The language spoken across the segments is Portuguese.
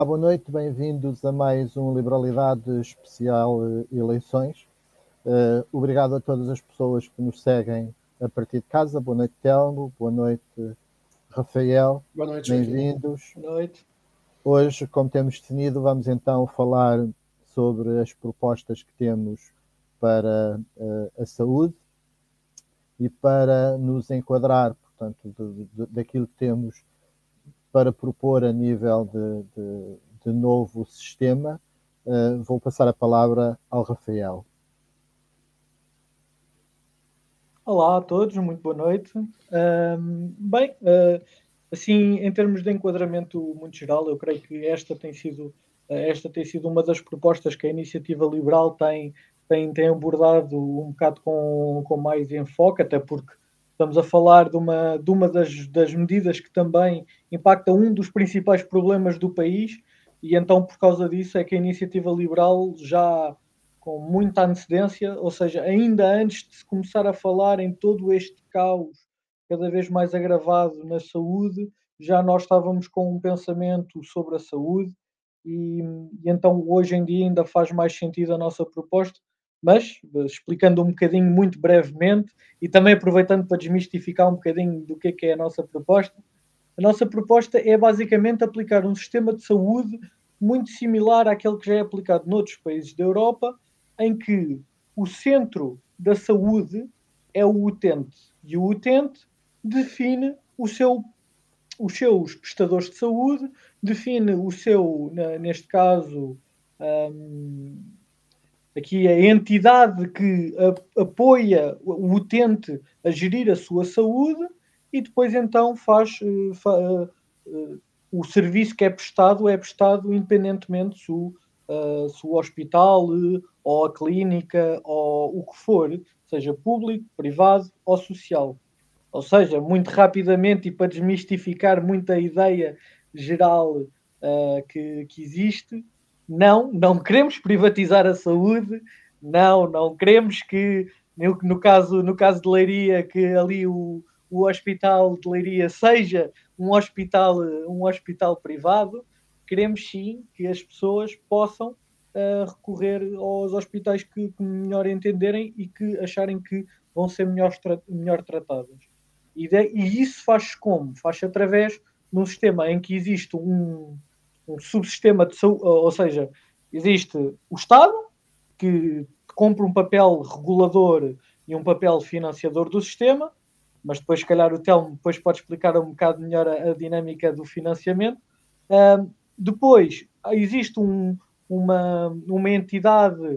Boa noite, bem-vindos a mais um Liberalidade Especial Eleições. Obrigado a todas as pessoas que nos seguem a partir de casa. Boa noite, Telmo. Boa noite, Rafael. Boa noite, bem-vindos. Boa noite. Hoje, como temos definido, vamos então falar sobre as propostas que temos para a saúde e para nos enquadrar, portanto, daquilo que temos para propor a nível de novo sistema. Vou passar a palavra ao Rafael. Olá a todos, muito boa noite. Assim, em termos de enquadramento muito geral, eu creio que esta tem sido uma das propostas que a Iniciativa Liberal tem abordado um bocado com mais enfoque, até porque estamos a falar de uma das medidas que também impacta um dos principais problemas do país, e então, por causa disso, é que a Iniciativa Liberal já com muita antecedência, ou seja, ainda antes de se começar a falar em todo este caos cada vez mais agravado na saúde, já nós estávamos com um pensamento sobre a saúde e então hoje em dia ainda faz mais sentido a nossa proposta, mas explicando um bocadinho muito brevemente e também aproveitando para desmistificar um bocadinho do que é a nossa proposta é basicamente aplicar um sistema de saúde muito similar àquele que já é aplicado noutros países da Europa, em que o centro da saúde é o utente e o utente define os seus prestadores de saúde, define o seu, neste caso, aqui a entidade que apoia o utente a gerir a sua saúde e depois então faz o serviço que é prestado independentemente se o hospital ou a clínica ou o que for, seja público, privado ou social. Ou seja, muito rapidamente e para desmistificar muita ideia geral que existe, não queremos privatizar a saúde, não queremos que, no caso de Leiria, que ali o hospital de Leiria seja um hospital privado. Queremos sim que as pessoas possam recorrer aos hospitais que melhor entenderem e que acharem que vão ser melhor tratadas. E isso faz-se como? Faz-se através de um sistema em que existe um subsistema de saúde, ou seja, existe o Estado, que cumpre um papel regulador e um papel financiador do sistema, mas depois, se calhar, o Telmo depois pode explicar um bocado melhor a dinâmica do financiamento. Depois, existe uma entidade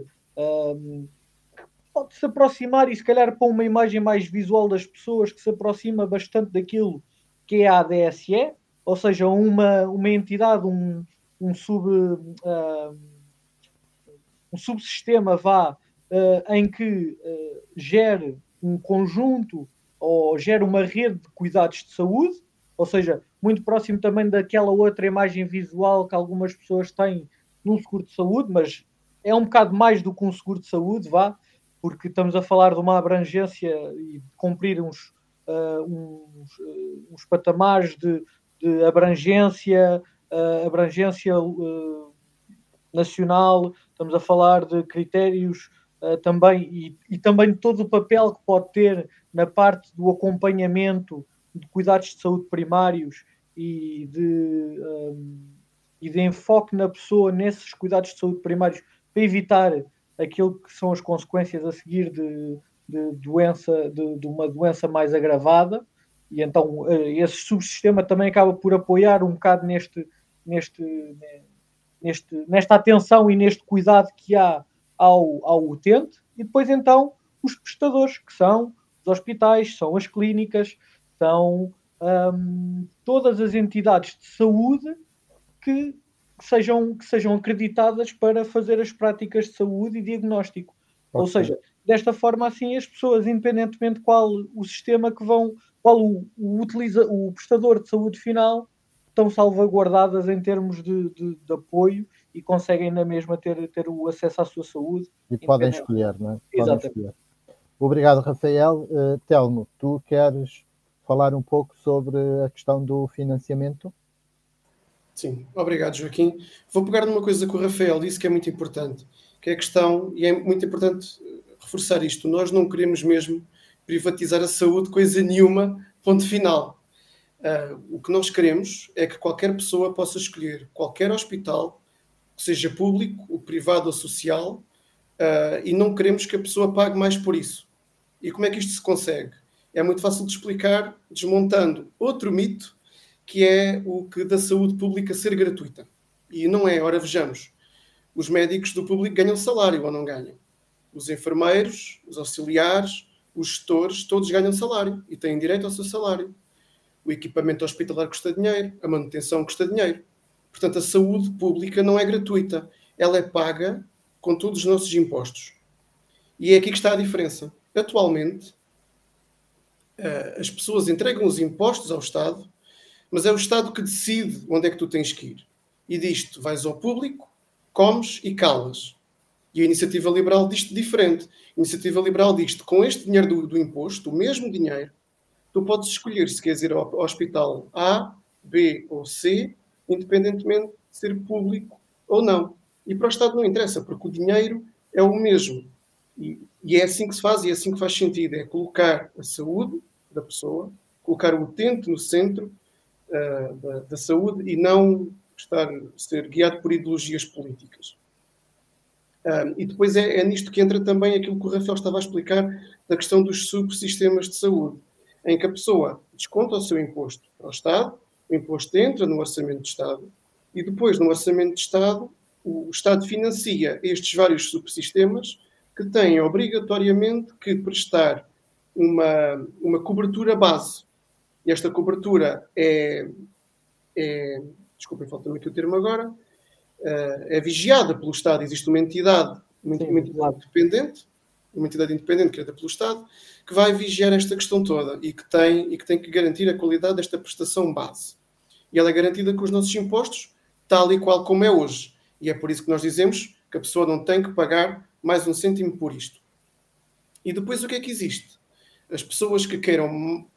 pode se aproximar e se calhar para uma imagem mais visual das pessoas que se aproxima bastante daquilo que é a ADSE, ou seja, uma entidade, um subsistema em que gere um conjunto ou gere uma rede de cuidados de saúde, ou seja, muito próximo também daquela outra imagem visual que algumas pessoas têm num seguro de saúde, mas é um bocado mais do que um seguro de saúde, porque estamos a falar de uma abrangência e de cumprir uns patamares de abrangência, nacional, estamos a falar de critérios também e também de todo o papel que pode ter na parte do acompanhamento de cuidados de saúde primários e de enfoque na pessoa nesses cuidados de saúde primários para evitar aquilo que são as consequências a seguir de uma doença mais agravada. E então esse subsistema também acaba por apoiar um bocado neste, nesta atenção e neste cuidado que há ao utente, e depois então os prestadores, que são os hospitais, são as clínicas, são todas as entidades de saúde que sejam acreditadas para fazer as práticas de saúde e diagnóstico. Okay. Ou seja, desta forma assim as pessoas, independentemente qual o sistema que vão, qual o prestador de saúde final, estão salvaguardadas em termos de apoio e conseguem na mesma ter o acesso à sua saúde. E podem escolher, não é? Exatamente. Podem escolher. Obrigado, Rafael. Telmo, tu queres falar um pouco sobre a questão do financiamento? Sim, obrigado, Joaquim. Vou pegar numa coisa que o Rafael disse que é muito importante, que é a questão, e é muito importante reforçar isto, nós não queremos mesmo privatizar a saúde, coisa nenhuma, ponto final. O que nós queremos é que qualquer pessoa possa escolher qualquer hospital, seja público, ou privado ou social, e não queremos que a pessoa pague mais por isso. E como é que isto se consegue? É muito fácil de explicar desmontando outro mito, que é o que da saúde pública ser gratuita. E não é, ora vejamos, os médicos do público ganham salário ou não ganham? Os enfermeiros, os auxiliares, os gestores, todos ganham salário e têm direito ao seu salário. O equipamento hospitalar custa dinheiro, a manutenção custa dinheiro. Portanto, a saúde pública não é gratuita. Ela é paga com todos os nossos impostos. E é aqui que está a diferença. Atualmente, as pessoas entregam os impostos ao Estado, mas é o Estado que decide onde é que tu tens que ir. E diz-te, vais ao público, comes e calas. E a Iniciativa Liberal diz-te diferente. A Iniciativa Liberal diz-te, com este dinheiro do imposto, o mesmo dinheiro, tu podes escolher se queres ir ao hospital A, B ou C, independentemente de ser público ou não. E para o Estado não interessa, porque o dinheiro é o mesmo. E é assim que se faz, e é assim que faz sentido. É colocar a saúde da pessoa, colocar o utente no centro da saúde e não ser guiado por ideologias políticas. E depois é nisto que entra também aquilo que o Rafael estava a explicar da questão dos subsistemas de saúde, em que a pessoa desconta o seu imposto para o Estado, o imposto entra no orçamento de Estado e depois no orçamento de Estado o Estado financia estes vários subsistemas que têm obrigatoriamente que prestar uma cobertura base. E esta cobertura desculpem, falta-me aqui o termo agora, é vigiada pelo Estado. Existe uma entidade, independente, uma entidade independente criada pelo Estado, que vai vigiar esta questão toda e que tem que garantir a qualidade desta prestação base. E ela é garantida com os nossos impostos, tal e qual como é hoje. E é por isso que nós dizemos que a pessoa não tem que pagar mais um cêntimo por isto. E depois o que é que existe? As pessoas que queiram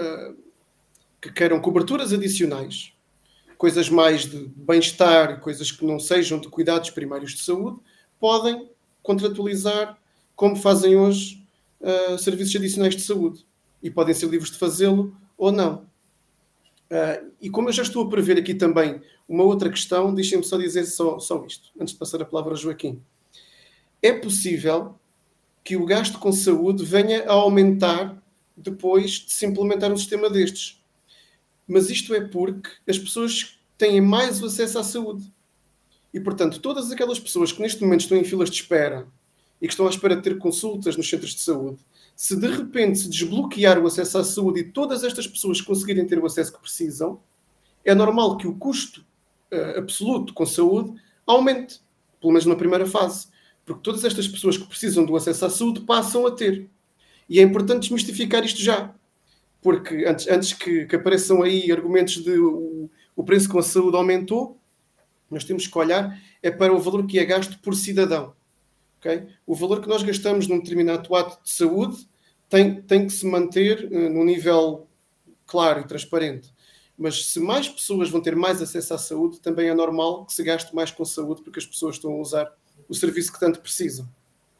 coberturas adicionais, coisas mais de bem-estar, coisas que não sejam de cuidados primários de saúde, podem contratualizar, como fazem hoje, serviços adicionais de saúde. E podem ser livres de fazê-lo ou não. E como eu já estou a prever aqui também uma outra questão, deixem-me só dizer só isto, antes de passar a palavra a Joaquim. É possível que o gasto com saúde venha a aumentar depois de se implementar um sistema destes. Mas isto é porque as pessoas têm mais acesso à saúde. E, portanto, todas aquelas pessoas que neste momento estão em filas de espera e que estão à espera de ter consultas nos centros de saúde, se de repente se desbloquear o acesso à saúde e todas estas pessoas conseguirem ter o acesso que precisam, é normal que o custo absoluto com saúde aumente, pelo menos na primeira fase. Porque todas estas pessoas que precisam do acesso à saúde passam a ter. E é importante desmistificar isto já. Porque antes que apareçam aí argumentos de o preço com a saúde aumentou, nós temos que olhar para o valor que é gasto por cidadão. Okay? O valor que nós gastamos num determinado ato de saúde tem que se manter num nível claro e transparente. Mas se mais pessoas vão ter mais acesso à saúde, também é normal que se gaste mais com saúde, porque as pessoas estão a usar o serviço que tanto precisam.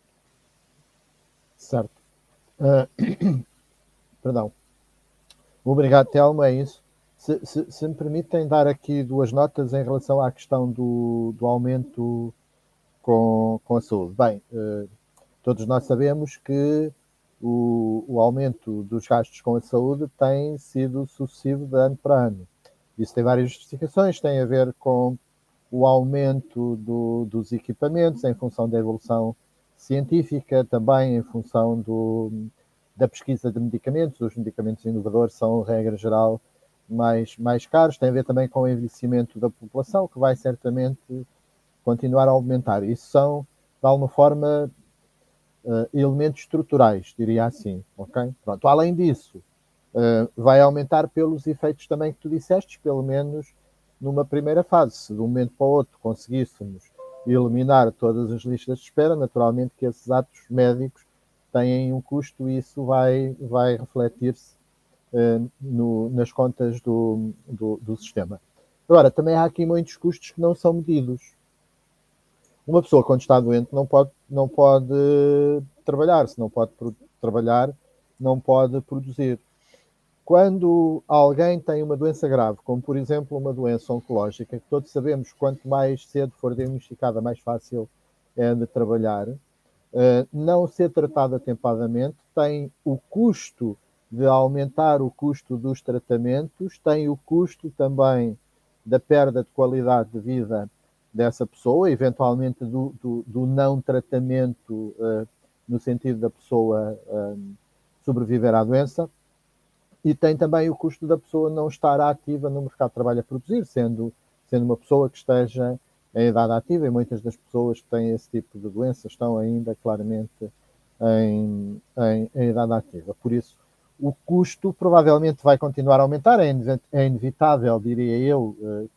Certo. Perdão. Obrigado, Telmo, é isso. Se me permitem dar aqui duas notas em relação à questão do aumento com a saúde. Bem, todos nós sabemos que o aumento dos gastos com a saúde tem sido sucessivo de ano para ano. Isso tem várias justificações, tem a ver com o aumento dos equipamentos em função da evolução científica, também em função da pesquisa de medicamentos. Os medicamentos inovadores são, regra geral, mais caros. Tem a ver também com o envelhecimento da população, que vai certamente continuar a aumentar. Isso são, de alguma forma, elementos estruturais, diria assim. Okay? Pronto. Além disso, vai aumentar pelos efeitos também que tu disseste, pelo menos numa primeira fase. Se de um momento para o outro conseguíssemos eliminar todas as listas de espera, naturalmente que esses atos médicos têm um custo e isso vai refletir-se nas contas do sistema. Agora, também há aqui muitos custos que não são medidos. Uma pessoa, quando está doente, não pode trabalhar. Se não pode trabalhar, não pode produzir. Quando alguém tem uma doença grave, como por exemplo uma doença oncológica, que todos sabemos que quanto mais cedo for diagnosticada, mais fácil é de trabalhar, não ser tratado atempadamente tem o custo de aumentar o custo dos tratamentos, tem o custo também da perda de qualidade de vida dessa pessoa, eventualmente do não tratamento, no sentido da pessoa sobreviver à doença, e tem também o custo da pessoa não estar ativa no mercado de trabalho a produzir, sendo uma pessoa que esteja em idade ativa, e muitas das pessoas que têm esse tipo de doença estão ainda claramente em idade ativa. Por isso, o custo provavelmente vai continuar a aumentar, é inevitável, diria eu,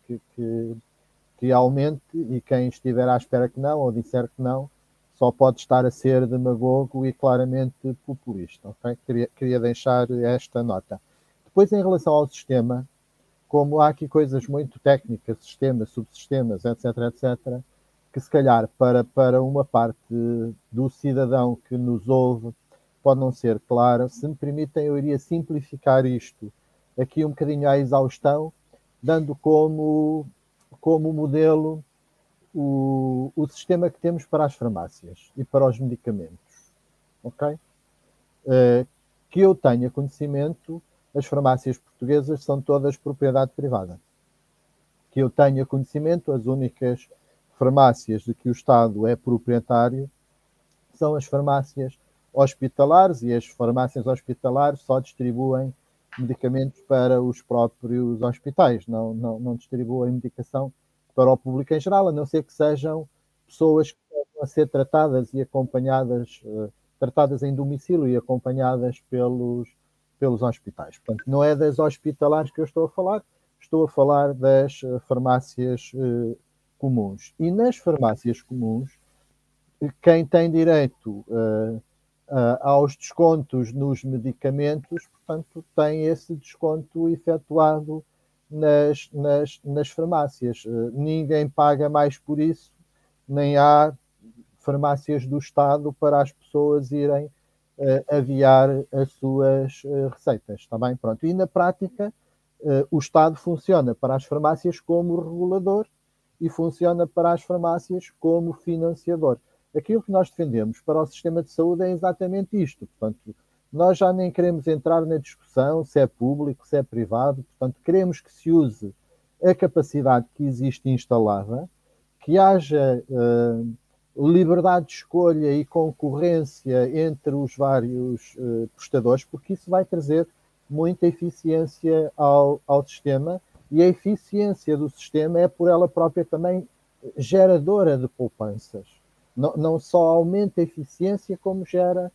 que aumente, e quem estiver à espera que não, ou disser que não, só pode estar a ser demagogo e claramente populista. Okay? Queria deixar esta nota. Depois, em relação ao sistema, como há aqui coisas muito técnicas, sistemas, subsistemas, etc., etc., que se calhar para uma parte do cidadão que nos ouve pode não ser clara, se me permitem, eu iria simplificar isto aqui um bocadinho à exaustão, dando como modelo o sistema que temos para as farmácias e para os medicamentos. Ok? Que eu tenha conhecimento, as farmácias portuguesas são todas propriedade privada. Que eu tenha conhecimento, as únicas farmácias de que o Estado é proprietário são as farmácias hospitalares, e as farmácias hospitalares só distribuem medicamentos para os próprios hospitais, não distribuem medicação para o público em geral, a não ser que sejam pessoas que estão a ser tratadas e acompanhadas, tratadas em domicílio e acompanhadas pelos hospitais. Portanto, não é das hospitalares que eu estou a falar das farmácias comuns. E nas farmácias comuns, quem tem direito aos descontos nos medicamentos, portanto, tem esse desconto efetuado nas farmácias. Ninguém paga mais por isso, nem há farmácias do Estado para as pessoas irem aviar as suas receitas, está bem? Pronto. E na prática, o Estado funciona para as farmácias como regulador e funciona para as farmácias como financiador. Aquilo que nós defendemos para o sistema de saúde é exatamente isto. Portanto, nós já nem queremos entrar na discussão se é público, se é privado. Portanto, queremos que se use a capacidade que existe instalada, que haja liberdade de escolha e concorrência entre os vários prestadores, porque isso vai trazer muita eficiência ao sistema, e a eficiência do sistema é por ela própria também geradora de poupanças. Não só aumenta a eficiência, como gera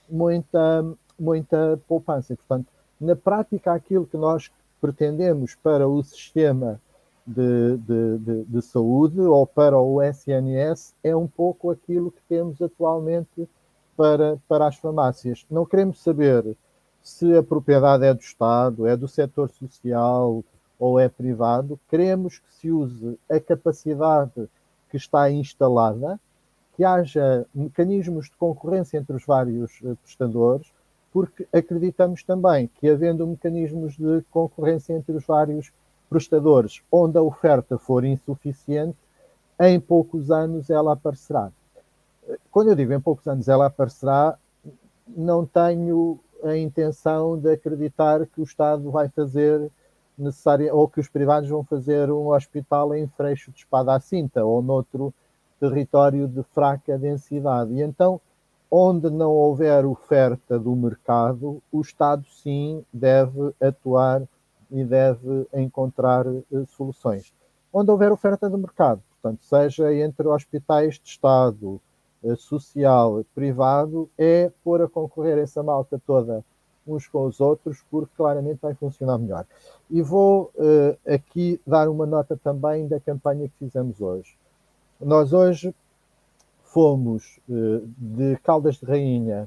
muita poupança. E, portanto, na prática, aquilo que nós pretendemos para o sistema de saúde ou para o SNS é um pouco aquilo que temos atualmente para as farmácias. Não queremos saber se a propriedade é do Estado, é do setor social ou é privado. Queremos que se use a capacidade que está instalada, que haja mecanismos de concorrência entre os vários prestadores, porque acreditamos também que, havendo mecanismos de concorrência entre os vários prestadores, onde a oferta for insuficiente, em poucos anos ela aparecerá. Quando eu digo em poucos anos ela aparecerá, não tenho a intenção de acreditar que o Estado vai fazer necessário, ou que os privados vão fazer um hospital em Freixo de Espada à Cinta, ou noutro território de fraca densidade. E então, onde não houver oferta do mercado, o Estado sim deve atuar e deve encontrar soluções. Onde houver oferta do mercado, portanto, seja entre hospitais de Estado, social, privado, é pôr a concorrer essa malta toda uns com os outros, porque claramente vai funcionar melhor. E vou aqui dar uma nota também da campanha que fizemos hoje. Nós hoje fomos de Caldas de Rainha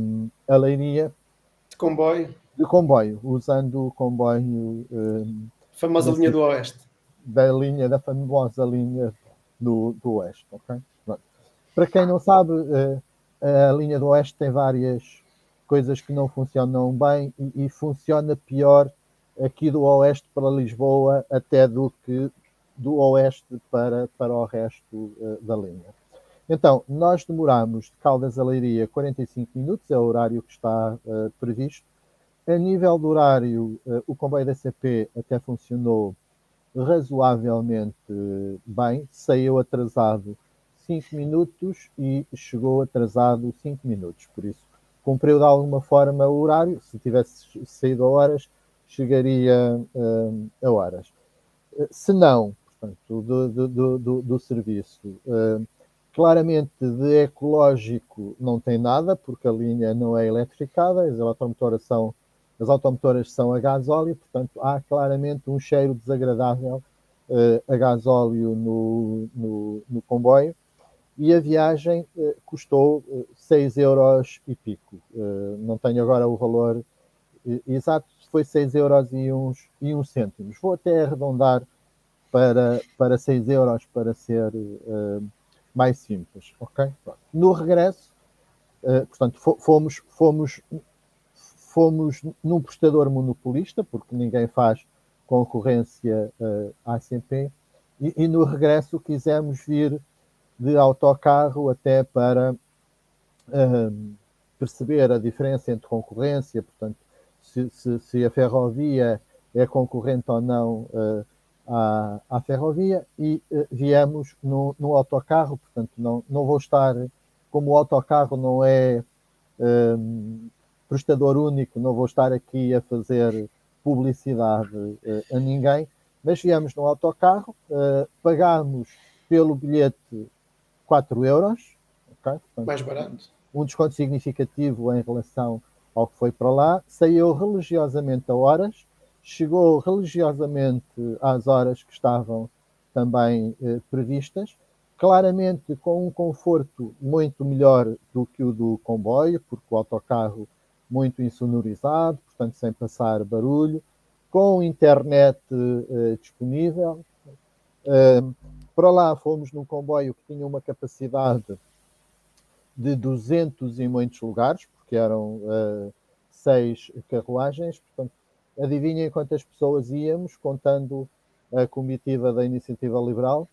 a Leiria de comboio, usando o comboio Famosa linha do Oeste. Da famosa linha do Oeste. Okay? Para quem não sabe, a linha do Oeste tem várias coisas que não funcionam bem e funciona pior aqui do Oeste para Lisboa até do que do Oeste para o resto da linha. Então, nós demoramos de Caldas a Leiria 45 minutos, é o horário que está previsto. A nível do horário, o comboio da CP até funcionou razoavelmente bem, saiu atrasado 5 minutos e chegou atrasado 5 minutos, por isso cumpriu de alguma forma o horário. Se tivesse saído a horas, chegaria a horas. Se não, portanto, do serviço, claramente de ecológico não tem nada, porque a linha não é eletrificada, as automotoras são a gasóleo, portanto há claramente um cheiro desagradável a gasóleo no comboio, e a viagem custou 6 euros e pico. Não tenho agora o valor exato, foi 6 euros e uns cêntimos. Vou até arredondar para 6 euros para ser mais simples. Okay? No regresso, portanto, fomos num prestador monopolista, porque ninguém faz concorrência à ACP, e no regresso quisemos vir de autocarro até para perceber a diferença entre concorrência, portanto, se a ferrovia é concorrente ou não à ferrovia, e viemos no autocarro, portanto, não vou estar, como o autocarro não é prestador único, não vou estar aqui a fazer publicidade a ninguém, mas viemos no autocarro, pagámos pelo bilhete 4 euros, okay? Portanto, mais barato. Um desconto significativo em relação ao que foi para lá, saiu religiosamente a horas, chegou religiosamente às horas que estavam também previstas, claramente com um conforto muito melhor do que o do comboio, porque o autocarro muito insonorizado, portanto sem passar barulho, com internet disponível. Para lá fomos num comboio que tinha uma capacidade de 200 e muitos lugares, porque eram 6 carruagens. Portanto, adivinhem quantas pessoas íamos, contando a comitiva da Iniciativa Liberal?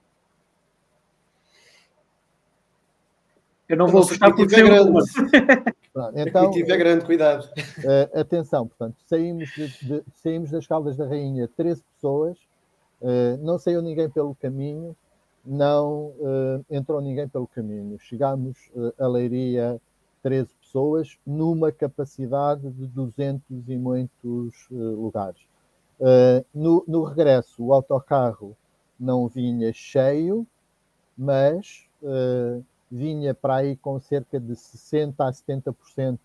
Eu não vou apostar porque sei o número. Então, a comitiva é grande, cuidado. Atenção, portanto, saímos das Caldas da Rainha 13 pessoas, não saiu ninguém pelo caminho, não entrou ninguém pelo caminho. Chegámos a Leiria 13 pessoas, numa capacidade de 200 e muitos lugares. No regresso, o autocarro não vinha cheio, mas vinha para aí com cerca de 60% a 70%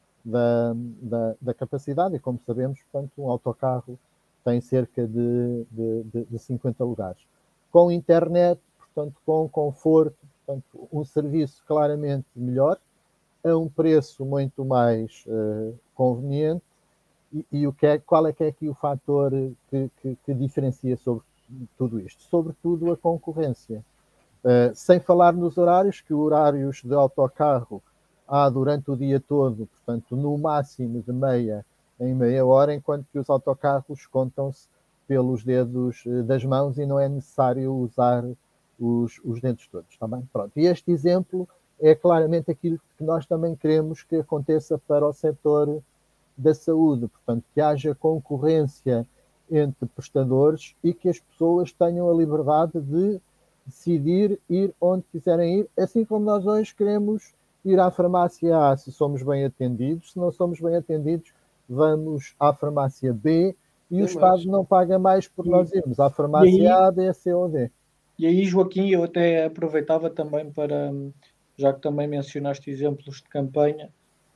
da capacidade, e como sabemos, portanto, um autocarro tem cerca de 50 lugares. Com internet, portanto, com conforto, portanto, um serviço claramente melhor, a um preço muito mais conveniente. E qual é que é aqui o fator que diferencia sobre tudo isto? Sobretudo a concorrência. Sem falar nos horários, que horários de autocarro há durante o dia todo, portanto, no máximo de meia em meia hora, enquanto que os autocarros contam-se pelos dedos das mãos e não é necessário usar os dedos todos, está bem? Pronto. E este exemplo é claramente aquilo que nós também queremos que aconteça para o setor da saúde, portanto, que haja concorrência entre prestadores e que as pessoas tenham a liberdade de decidir ir onde quiserem ir, assim como nós hoje queremos ir à farmácia A se somos bem atendidos, se não somos bem atendidos, vamos à farmácia B e o Estado não paga mais por nós irmos à farmácia A, B, C ou D. E aí, Joaquim, eu até aproveitava também para, já que também mencionaste exemplos de campanha,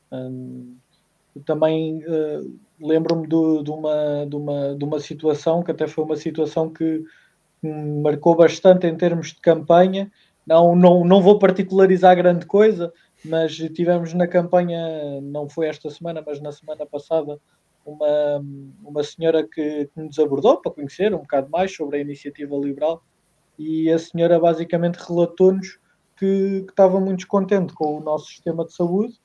também lembro-me de uma situação que até foi uma situação que me marcou bastante em termos de campanha. Não vou particularizar grande coisa, mas tivemos na campanha, não foi esta semana, mas na semana passada, uma senhora que nos abordou para conhecer um bocado mais sobre a iniciativa liberal, e a senhora basicamente relatou-nos que estava muito descontente com o nosso sistema de saúde,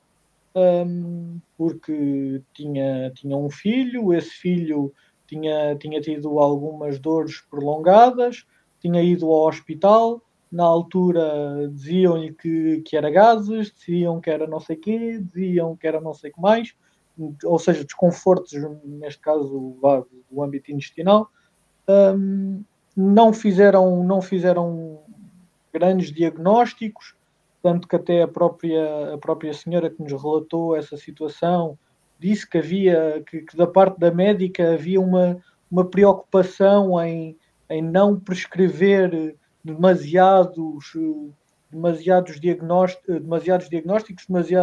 porque tinha um filho, esse filho tinha tido algumas dores prolongadas, tinha ido ao hospital, na altura diziam-lhe que era gases, diziam que era não sei quê, diziam que era não sei o que mais, ou seja, desconfortos, neste caso, do âmbito intestinal. Não fizeram grandes diagnósticos, tanto que até a própria senhora que nos relatou essa situação disse que da parte da médica havia uma preocupação em não prescrever demasiados diagnósticos,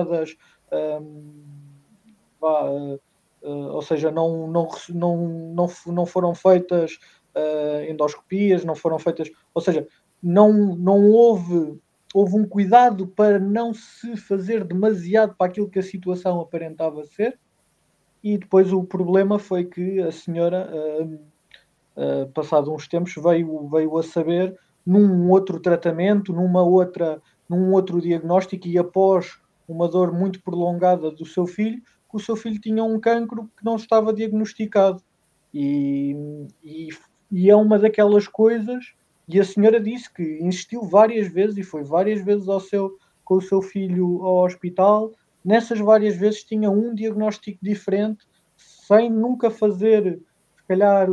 ou seja, não foram feitas endoscopias, não foram feitas, ou seja, não houve um cuidado para não se fazer demasiado para aquilo que a situação aparentava ser, e depois o problema foi que a senhora, passado uns tempos, veio a saber num outro tratamento, num outro diagnóstico, e após uma dor muito prolongada do seu filho, que o seu filho tinha um cancro que não estava diagnosticado. E é uma daquelas coisas, e a senhora disse que insistiu várias vezes e foi várias vezes com o seu filho ao hospital. Nessas várias vezes tinha um diagnóstico diferente, sem nunca fazer, se calhar,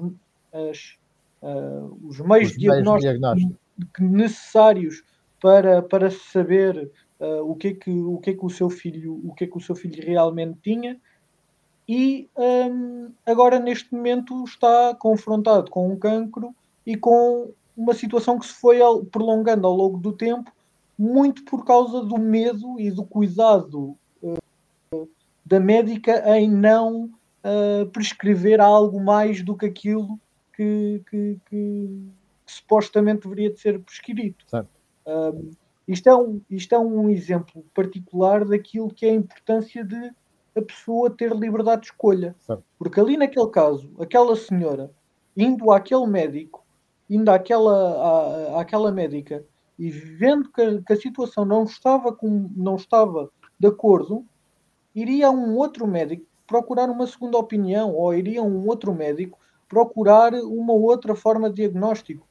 os meios diagnósticos necessários para saber o que é que o seu filho realmente tinha. E agora neste momento está confrontado com um cancro e com uma situação que se foi prolongando ao longo do tempo, muito por causa do medo e do cuidado da médica em não prescrever algo mais do que aquilo que supostamente deveria de ser prescrito. Isto é um exemplo particular daquilo que é a importância de a pessoa ter liberdade de escolha. Certo. Porque ali naquele caso, aquela senhora indo àquele médico, indo àquela médica e vendo que a situação não estava de acordo, iria a um outro médico procurar uma segunda opinião, ou iria a um outro médico procurar uma outra forma de diagnóstico.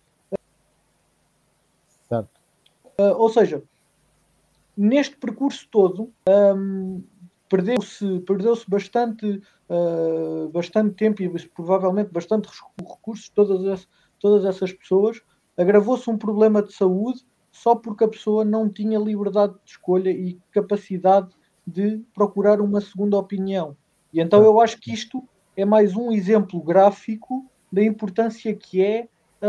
Certo. Ou seja, neste percurso todo, perdeu-se bastante tempo e provavelmente bastante recursos de todas essas pessoas. Agravou-se um problema de saúde só porque a pessoa não tinha liberdade de escolha e capacidade de procurar uma segunda opinião. E então eu acho que isto é mais um exemplo gráfico da importância que é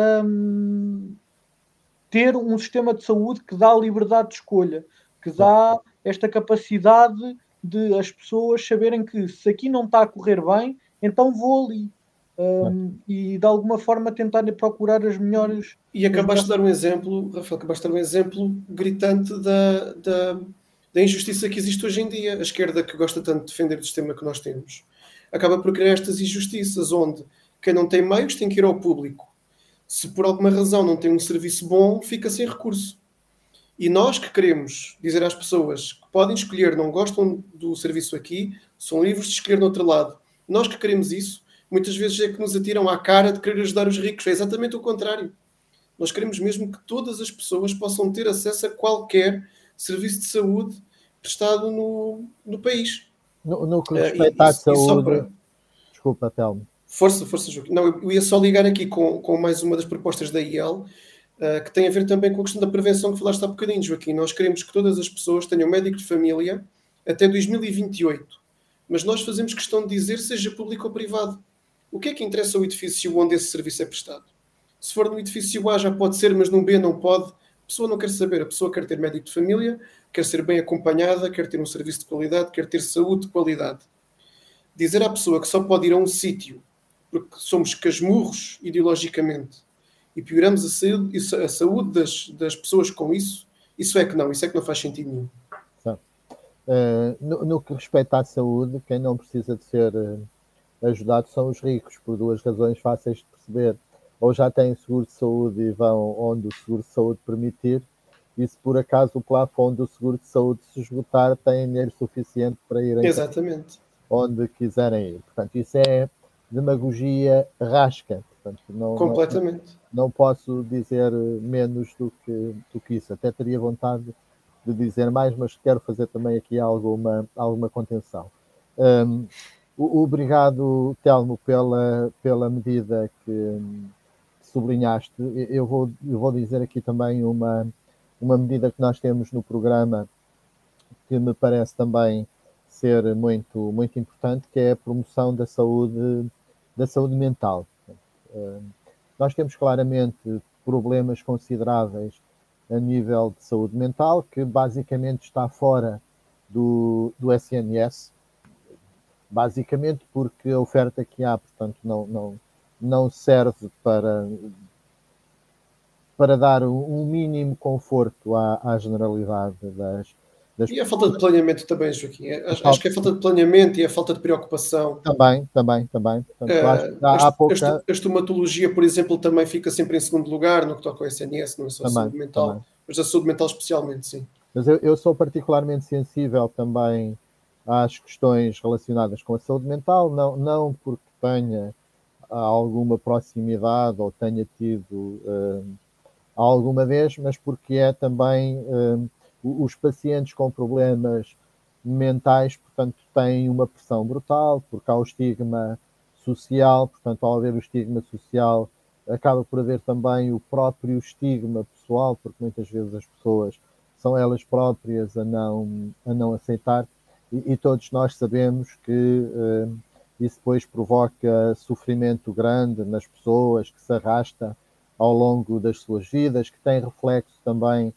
ter um sistema de saúde que dá liberdade de escolha, que dá esta capacidade de as pessoas saberem que se aqui não está a correr bem, então vou ali. E de alguma forma tentar procurar as melhores. E acabaste de dar um exemplo, Rafael, acabaste de dar um exemplo gritante da injustiça que existe hoje em dia. A esquerda, que gosta tanto de defender o sistema que nós temos, acaba por criar estas injustiças, onde quem não tem meios tem que ir ao público. Se por alguma razão não tem um serviço bom, fica sem recurso. E nós que queremos dizer às pessoas que podem escolher, não gostam do serviço aqui, são livres de escolher no outro lado. Nós que queremos isso, muitas vezes é que nos atiram à cara de querer ajudar os ricos. É exatamente o contrário. Nós queremos mesmo que todas as pessoas possam ter acesso a qualquer serviço de saúde prestado no país. No que respeita à saúde... Desculpa, Telmo. Força, Joaquim. Não, eu ia só ligar aqui com mais uma das propostas da IEL, que tem a ver também com a questão da prevenção que falaste há bocadinho, Joaquim. Nós queremos que todas as pessoas tenham médico de família até 2028. Mas nós fazemos questão de dizer seja público ou privado. O que é que interessa ao edifício onde esse serviço é prestado? Se for no edifício A já pode ser, mas no B não pode. A pessoa não quer saber. A pessoa quer ter médico de família, quer ser bem acompanhada, quer ter um serviço de qualidade, quer ter saúde de qualidade. Dizer à pessoa que só pode ir a um sítio porque somos casmurros ideologicamente e pioramos a saúde das pessoas com isso é que não faz sentido nenhum. No que respeita à saúde, quem não precisa de ser ajudados são os ricos, por duas razões fáceis de perceber. Ou já têm seguro de saúde e vão onde o seguro de saúde permitir, e se por acaso o plafond do seguro de saúde se esgotar, têm dinheiro suficiente para irem Exatamente. onde quiserem ir. Portanto, isso é demagogia rasca. Portanto, Completamente. não posso dizer menos do que isso. Até teria vontade de dizer mais, mas quero fazer também aqui alguma contenção. Obrigado, Telmo, pela medida que sublinhaste. Eu vou dizer aqui também uma medida que nós temos no programa que me parece também ser muito, muito importante, que é a promoção da saúde mental. Nós temos claramente problemas consideráveis a nível de saúde mental, que basicamente está fora do SNS, basicamente porque a oferta que há, portanto, não serve para dar um mínimo conforto à generalidade das E a falta de planeamento também, Joaquim. Acho que é a falta de planeamento e a falta de preocupação. Também. Portanto, acho que há pouca... A estomatologia, por exemplo, também fica sempre em segundo lugar no que toca ao SNS, não é só saúde mental, mas a saúde mental especialmente, sim. Mas eu sou particularmente sensível também às questões relacionadas com a saúde mental, não porque tenha alguma proximidade ou tenha tido alguma vez, mas porque é também os pacientes com problemas mentais, portanto, têm uma pressão brutal, porque há o estigma social, portanto, ao haver o estigma social, acaba por haver também o próprio estigma pessoal, porque muitas vezes as pessoas são elas próprias a não aceitar, e todos nós sabemos que isso depois provoca sofrimento grande nas pessoas, que se arrasta ao longo das suas vidas, que tem reflexo também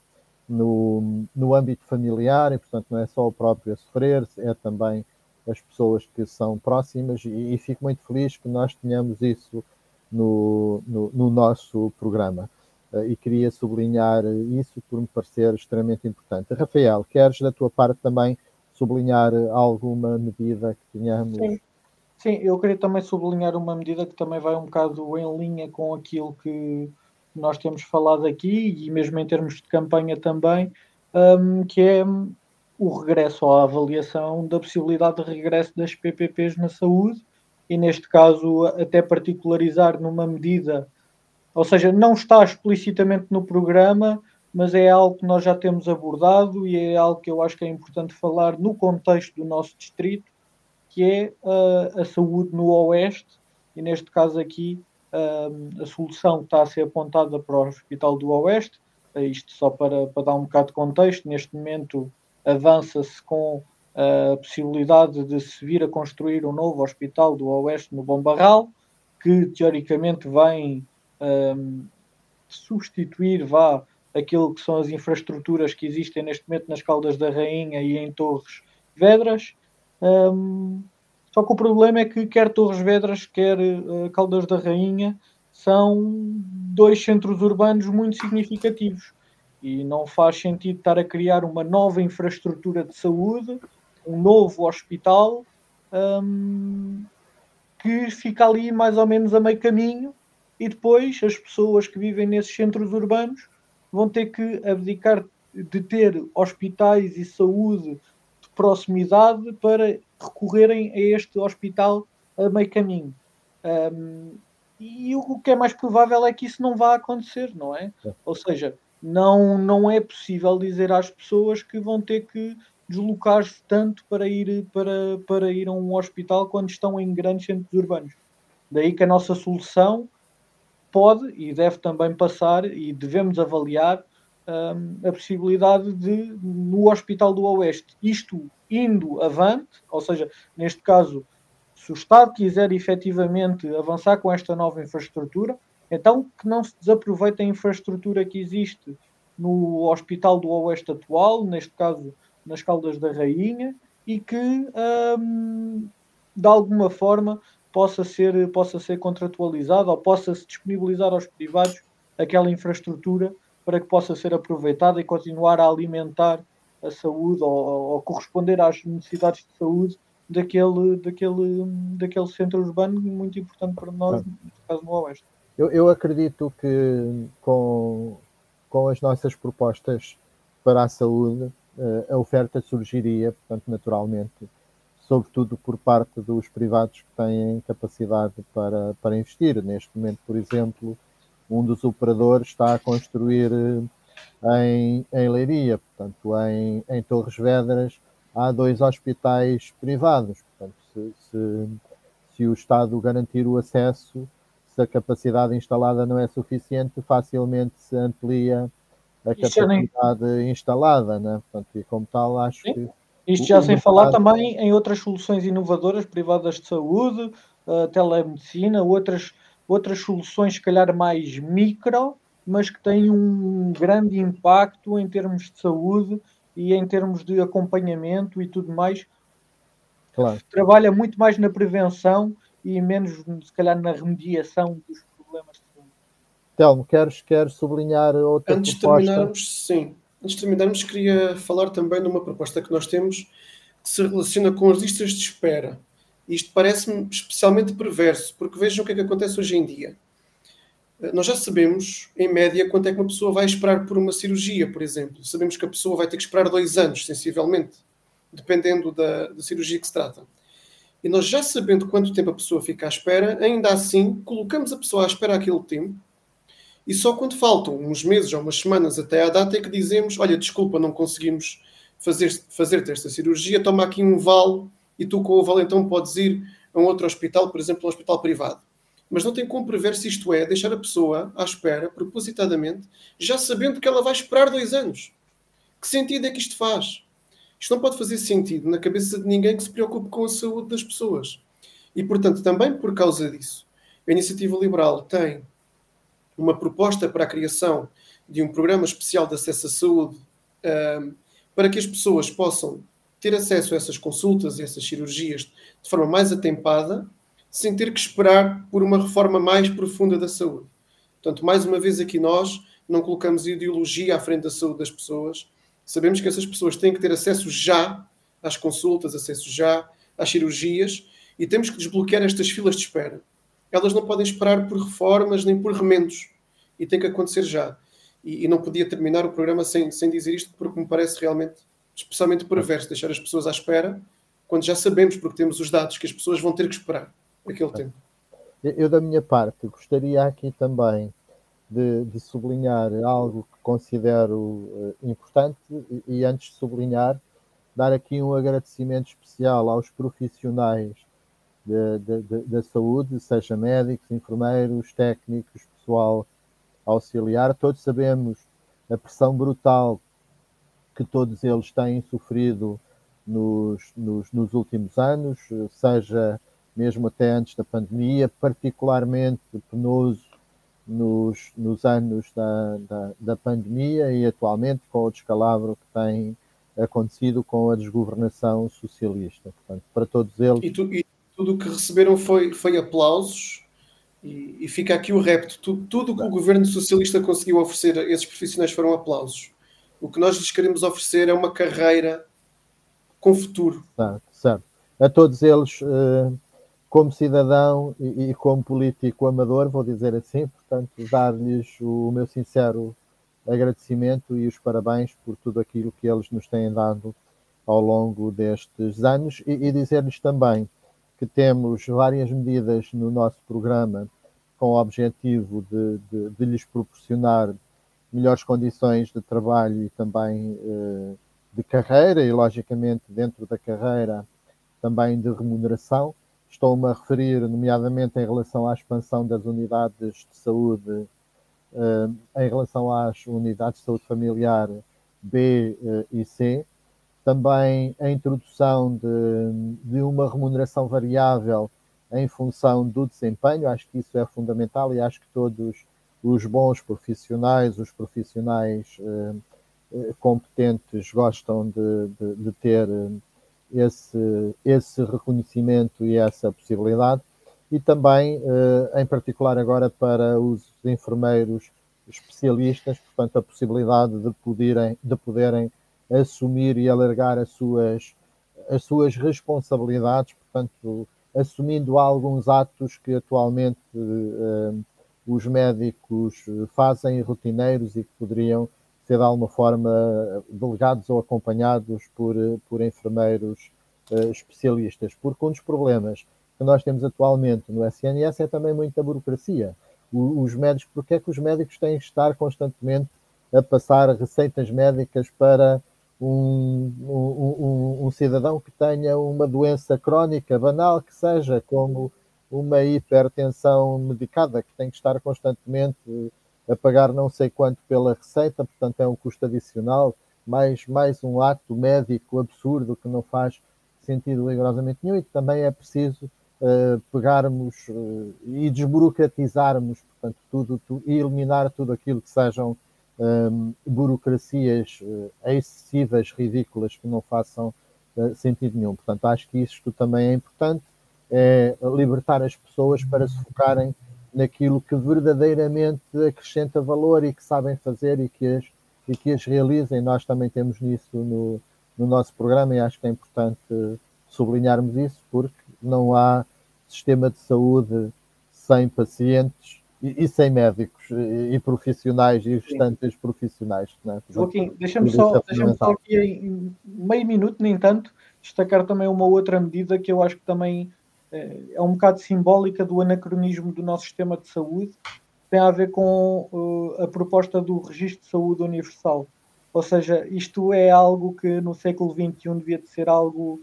no âmbito familiar, e portanto não é só o próprio a sofrer, é também as pessoas que são próximas, e fico muito feliz que nós tenhamos isso no nosso programa. E queria sublinhar isso por me parecer extremamente importante. Rafael, queres da tua parte também sublinhar alguma medida que tenhamos? Sim, eu queria também sublinhar uma medida que também vai um bocado em linha com aquilo que nós temos falado aqui, e mesmo em termos de campanha também, que é o regresso à avaliação da possibilidade de regresso das PPPs na saúde, e neste caso até particularizar numa medida, ou seja, não está explicitamente no programa, mas é algo que nós já temos abordado e é algo que eu acho que é importante falar no contexto do nosso distrito, que é a saúde no Oeste, e neste caso aqui a solução que está a ser apontada para o Hospital do Oeste, isto só para dar um bocado de contexto, neste momento avança-se com a possibilidade de se vir a construir um novo Hospital do Oeste no Bom Barral, que teoricamente vem substituir aquilo que são as infraestruturas que existem neste momento nas Caldas da Rainha e em Torres Vedras. Só que o problema é que quer Torres Vedras, quer Caldas da Rainha, são dois centros urbanos muito significativos e não faz sentido estar a criar uma nova infraestrutura de saúde, um novo hospital, que fica ali mais ou menos a meio caminho, e depois as pessoas que vivem nesses centros urbanos vão ter que abdicar de ter hospitais e saúde de proximidade para recorrerem a este hospital a meio caminho. E o que é mais provável é que isso não vá acontecer, não é? Ou seja, não é possível dizer às pessoas que vão ter que deslocar-se tanto para ir a um hospital quando estão em grandes centros urbanos. Daí que a nossa solução pode e deve também passar, e devemos avaliar a possibilidade de, no Hospital do Oeste, isto indo avante, ou seja, neste caso, se o Estado quiser efetivamente avançar com esta nova infraestrutura, então que não se desaproveite a infraestrutura que existe no Hospital do Oeste atual, neste caso nas Caldas da Rainha, e que de alguma forma possa ser contratualizado ou possa-se disponibilizar aos privados aquela infraestrutura para que possa ser aproveitada e continuar a alimentar a saúde ou corresponder às necessidades de saúde daquele centro urbano muito importante para nós, neste caso no Oeste. Eu acredito que com as nossas propostas para a saúde, a oferta surgiria, portanto, naturalmente, sobretudo por parte dos privados que têm capacidade para investir. Neste momento, por exemplo, um dos operadores está a construir em Leiria, portanto, em Torres Vedras, há 2 hospitais privados. Portanto, se o Estado garantir o acesso, se a capacidade instalada não é suficiente, facilmente se amplia a capacidade instalada, né? Portanto, e como tal, acho que isto já sem falar também em outras soluções inovadoras privadas de saúde, telemedicina, outras soluções, se calhar mais micro, mas que têm um grande impacto em termos de saúde e em termos de acompanhamento e tudo mais. Claro. Trabalha muito mais na prevenção e menos, se calhar, na remediação dos problemas de saúde. Telmo, queres sublinhar outra proposta? Antes de terminarmos, queria falar também de uma proposta que nós temos que se relaciona com as listas de espera. Isto parece-me especialmente perverso, porque vejam o que é que acontece hoje em dia. Nós já sabemos, em média, quanto é que uma pessoa vai esperar por uma cirurgia, por exemplo. Sabemos que a pessoa vai ter que esperar 2 anos, sensivelmente, dependendo da cirurgia que se trata. E nós, já sabendo quanto tempo a pessoa fica à espera, ainda assim, colocamos a pessoa à espera aquele tempo, e só quando faltam uns meses ou umas semanas até à data é que dizemos: olha, desculpa, não conseguimos fazer-te esta cirurgia, toma aqui um vale, e tu com o vale então podes ir a um outro hospital, por exemplo, um hospital privado. Mas não tem como prever se isto é deixar a pessoa à espera, propositadamente, já sabendo que ela vai esperar 2 anos. Que sentido é que isto faz? Isto não pode fazer sentido na cabeça de ninguém que se preocupe com a saúde das pessoas. E, portanto, também por causa disso, a Iniciativa Liberal tem uma proposta para a criação de um programa especial de acesso à saúde, para que as pessoas possam ter acesso a essas consultas e essas cirurgias de forma mais atempada, sem ter que esperar por uma reforma mais profunda da saúde. Portanto, mais uma vez aqui nós não colocamos ideologia à frente da saúde das pessoas. Sabemos que essas pessoas têm que ter acesso já às consultas, acesso já às cirurgias, e temos que desbloquear estas filas de espera. Elas não podem esperar por reformas nem por remendos, e tem que acontecer já. E não podia terminar o programa sem dizer isto, porque me parece realmente especialmente perverso deixar as pessoas à espera, quando já sabemos, porque temos os dados, que as pessoas vão ter que esperar aquele tempo. Eu, da minha parte, gostaria aqui também de sublinhar algo que considero importante e, antes de sublinhar, dar aqui um agradecimento especial aos profissionais da saúde, seja médicos, enfermeiros, técnicos, pessoal auxiliar. Todos sabemos a pressão brutal que todos eles têm sofrido nos últimos anos, seja mesmo até antes da pandemia, particularmente penoso nos anos da pandemia e atualmente com o descalabro que tem acontecido com a desgovernação socialista. Portanto, para todos eles... E tudo o que receberam foi aplausos, e fica aqui o repto. Tudo o que o governo socialista conseguiu oferecer a esses profissionais foram aplausos. O que nós lhes queremos oferecer é uma carreira com futuro. Certo. A todos eles, como cidadão e como político amador, vou dizer assim, portanto, dar-lhes o meu sincero agradecimento e os parabéns por tudo aquilo que eles nos têm dado ao longo destes anos, e dizer-lhes também que temos várias medidas no nosso programa com o objetivo de lhes proporcionar melhores condições de trabalho e também de carreira, e logicamente dentro da carreira também de remuneração. Estou-me a referir nomeadamente em relação à expansão das unidades de saúde, em relação às unidades de saúde familiar B e C, também a introdução de uma remuneração variável em função do desempenho. Acho que isso é fundamental, e acho que todos os bons profissionais, os profissionais competentes, gostam de ter esse reconhecimento e essa possibilidade. E também, em particular agora para os enfermeiros especialistas, portanto, a possibilidade de poderem assumir e alargar as suas as suas responsabilidades, portanto, assumindo alguns atos que atualmente os médicos fazem rotineiros e que poderiam ser de alguma forma delegados ou acompanhados por enfermeiros especialistas. Porque um dos problemas que nós temos atualmente no SNS é também muita burocracia. Os médicos, porque é que os médicos têm que estar constantemente a passar receitas médicas para um cidadão que tenha uma doença crónica banal, que seja como uma hipertensão medicada, que tem que estar constantemente a pagar não sei quanto pela receita, portanto é um custo adicional, mais um ato médico absurdo que não faz sentido rigorosamente nenhum, e que também é preciso pegarmos e desburocratizarmos, portanto, e eliminar tudo aquilo que sejam burocracias excessivas, ridículas, que não façam sentido nenhum. Portanto, acho que isto também é importante, é libertar as pessoas para se focarem naquilo que verdadeiramente acrescenta valor e que sabem fazer e que as realizem. Nós também temos nisso no nosso programa, e acho que é importante sublinharmos isso, porque não há sistema de saúde sem pacientes e sem médicos e profissionais e restantes profissionais. Não é? Joaquim, deixa-me só aqui em meio minuto, nem tanto, destacar também uma outra medida que eu acho que também é um bocado simbólica do anacronismo do nosso sistema de saúde, tem a ver com a proposta do Registro de Saúde Universal. Ou seja, isto é algo que no século XXI devia de ser algo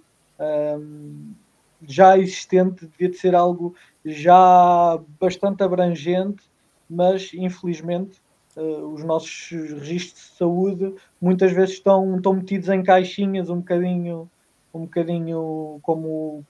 já existente, devia de ser algo já bastante abrangente, mas infelizmente os nossos registros de saúde muitas vezes estão metidos em caixinhas um bocadinho como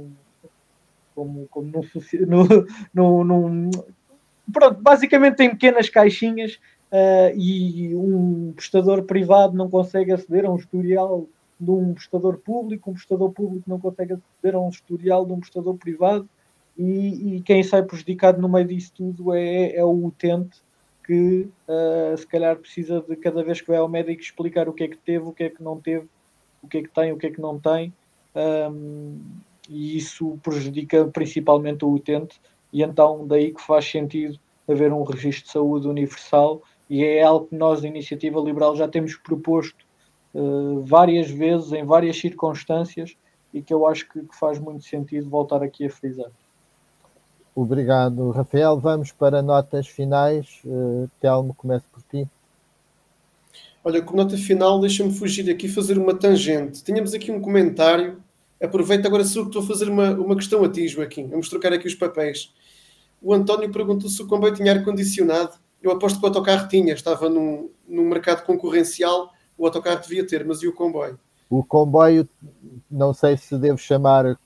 pronto, basicamente tem pequenas caixinhas e um prestador privado não consegue aceder a um historial de um prestador público não consegue aceder a um historial de um prestador privado e quem sai prejudicado no meio disso tudo é o utente que se calhar precisa de cada vez que vai ao médico explicar o que é que teve, o que é que não teve, o que é que tem, o que é que não tem, e isso prejudica principalmente o utente, e então daí que faz sentido haver um registro de saúde universal, e é algo que nós, da Iniciativa Liberal, já temos proposto várias vezes, em várias circunstâncias, e que eu acho que faz muito sentido voltar aqui a frisar. Obrigado, Rafael. Vamos para notas finais. Telmo, começo por ti. Olha, com nota final, deixa-me fugir aqui e fazer uma tangente. Tínhamos aqui um comentário. Aproveito agora, sou eu que estou a fazer uma questão a ti, Joaquim. Vamos trocar aqui os papéis. O António perguntou se o comboio tinha ar-condicionado. Eu aposto que o autocarro tinha. Estava num mercado concorrencial. O autocarro devia ter, mas e o comboio? O comboio, não sei se devo chamar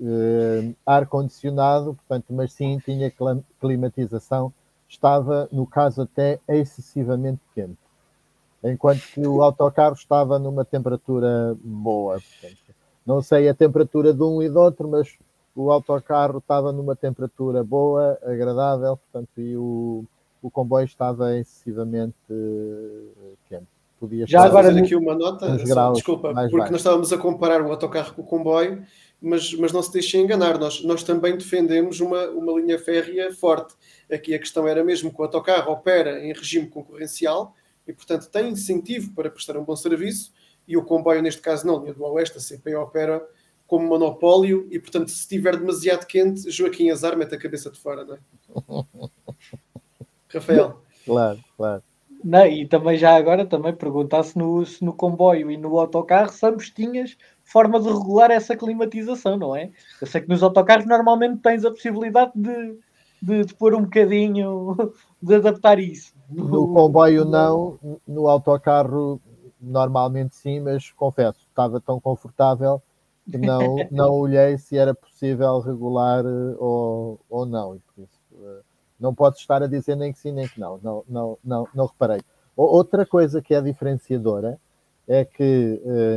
ar-condicionado, portanto, mas sim, tinha climatização. Estava, no caso, até excessivamente quente. Enquanto que o autocarro estava numa temperatura boa. Portanto, não sei a temperatura de um e do outro, mas o autocarro estava numa temperatura boa, agradável, portanto, e o comboio estava excessivamente quente. Podia já agora fazer aqui uma nota, desculpa, porque baixo. Nós estávamos a comparar o autocarro com o comboio, mas não se deixem enganar, nós também defendemos uma linha férrea forte. Aqui a questão era mesmo que o autocarro opera em regime concorrencial e, portanto, tem incentivo para prestar um bom serviço, e o comboio, neste caso não, a linha do Oeste, a CP opera como monopólio e, portanto, se estiver demasiado quente, Joaquim Azar mete a cabeça de fora, não é? Rafael. Claro. Não, e também já agora também perguntar se no comboio e no autocarro se ambos tinhas forma de regular essa climatização, não é? Eu sei que nos autocarros normalmente tens a possibilidade de pôr um bocadinho, de adaptar isso. No comboio não, no autocarro normalmente sim, mas confesso, estava tão confortável que não olhei se era possível regular ou não. E por isso, não posso estar a dizer nem que sim nem que não reparei. Outra coisa que é diferenciadora é que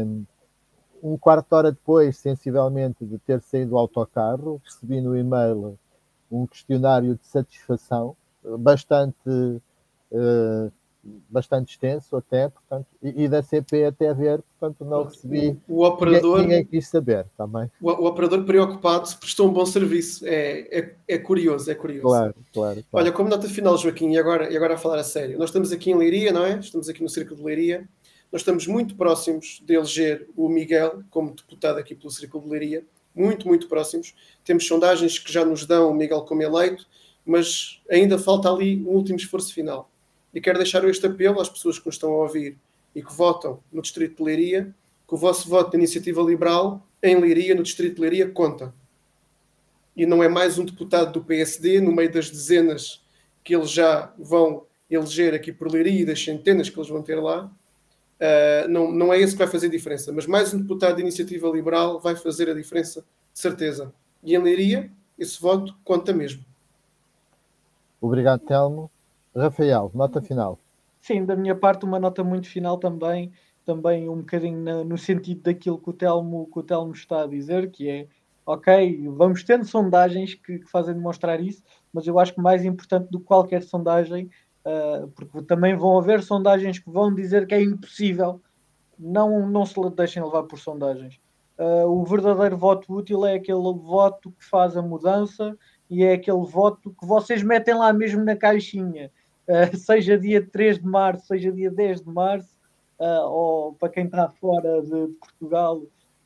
um quarto de hora depois, sensivelmente, de ter saído do autocarro, recebi no e-mail um questionário de satisfação bastante bastante extenso até, portanto, e da CP até ver, portanto, não recebi. O operador, ninguém quis saber também. O operador preocupado se prestou um bom serviço. É curioso, é curioso. Claro. Olha, como nota final, Joaquim, e agora a falar a sério. Nós estamos aqui em Leiria, não é? Estamos aqui no Círculo de Leiria. Nós estamos muito próximos de eleger o Miguel como deputado aqui pelo Círculo de Leiria. Muito, muito próximos. Temos sondagens que já nos dão o Miguel como eleito, mas ainda falta ali um último esforço final. E quero deixar este apelo às pessoas que nos estão a ouvir e que votam no Distrito de Leiria, que o vosso voto de Iniciativa Liberal em Leiria, no Distrito de Leiria, conta. E não é mais um deputado do PSD no meio das dezenas que eles já vão eleger aqui por Leiria e das centenas que eles vão ter lá. Não é esse que vai fazer diferença, mas mais um deputado de Iniciativa Liberal vai fazer a diferença, de certeza. E em Leiria, esse voto conta mesmo. Obrigado, Telmo. Rafael, nota final. Sim, da minha parte, uma nota muito final também um bocadinho no sentido daquilo que o Telmo está a dizer, que é, ok, vamos tendo sondagens que fazem demonstrar isso, mas eu acho que mais importante do que qualquer sondagem, porque também vão haver sondagens que vão dizer que é impossível, não se deixem levar por sondagens. O verdadeiro voto útil é aquele voto que faz a mudança e é aquele voto que vocês metem lá mesmo na caixinha. Seja dia 3 de março, seja dia 10 de março, ou para quem está fora de Portugal,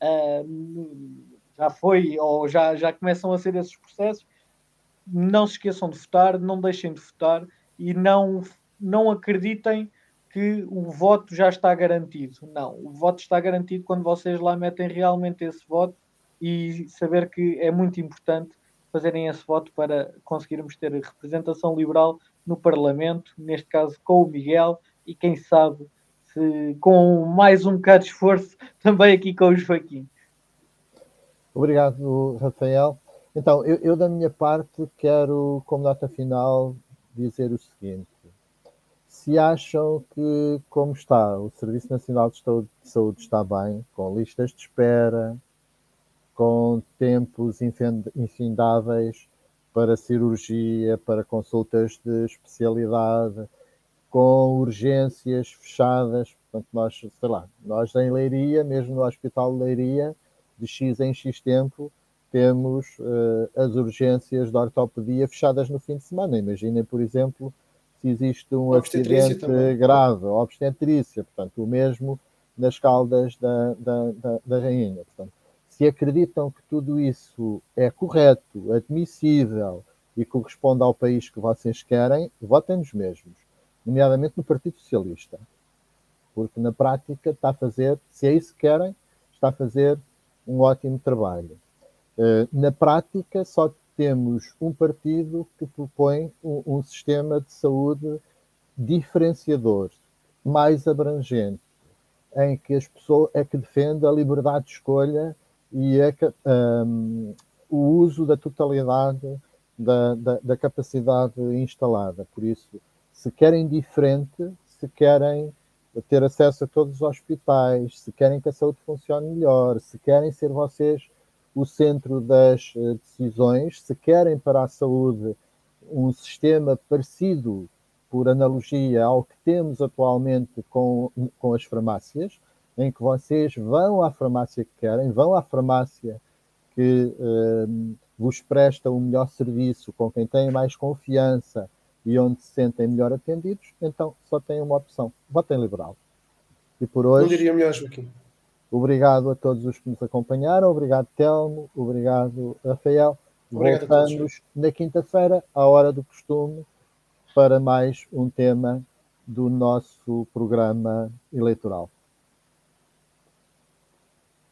já foi, ou já começam a ser esses processos. Não se esqueçam de votar, não deixem de votar e não acreditem que o voto já está garantido. Não, o voto está garantido quando vocês lá metem realmente esse voto e saber que é muito importante fazerem esse voto para conseguirmos ter representação liberal no Parlamento, neste caso com o Miguel, e quem sabe se com mais um bocado de esforço também aqui com o Joaquim. Obrigado, Rafael. Então, eu da minha parte quero, como nota final, dizer o seguinte. Se acham que, como está, o Serviço Nacional de Saúde está bem, com listas de espera, com tempos infindáveis para cirurgia, para consultas de especialidade, com urgências fechadas, portanto, nós em Leiria, mesmo no Hospital de Leiria, de X em X tempo, temos as urgências de ortopedia fechadas no fim de semana. Imaginem, por exemplo, se existe um acidente grave, obstetrícia, portanto, o mesmo nas Caldas da Rainha. Portanto, se acreditam que tudo isso é correto, admissível e corresponde ao país que vocês querem, votem nos mesmos, nomeadamente no Partido Socialista, porque na prática está a fazer, se é isso que querem, está a fazer um ótimo trabalho. Na prática, só temos um partido que propõe um sistema de saúde diferenciador, mais abrangente, em que as pessoas é que defende a liberdade de escolha e o uso da totalidade da capacidade instalada. Por isso, se querem diferente, se querem ter acesso a todos os hospitais, se querem que a saúde funcione melhor, se querem ser vocês o centro das decisões, se querem para a saúde um sistema parecido, por analogia ao que temos atualmente com as farmácias, em que vocês vão à farmácia que querem, vão à farmácia que vos presta o melhor serviço, com quem têm mais confiança e onde se sentem melhor atendidos, então só têm uma opção: votem liberal. E por hoje... Não diria melhor, Joaquim. Obrigado a todos os que nos acompanharam. Obrigado, Telmo. Obrigado, Rafael. Obrigado. Voltamos na quinta-feira, à hora do costume, para mais um tema do nosso programa eleitoral.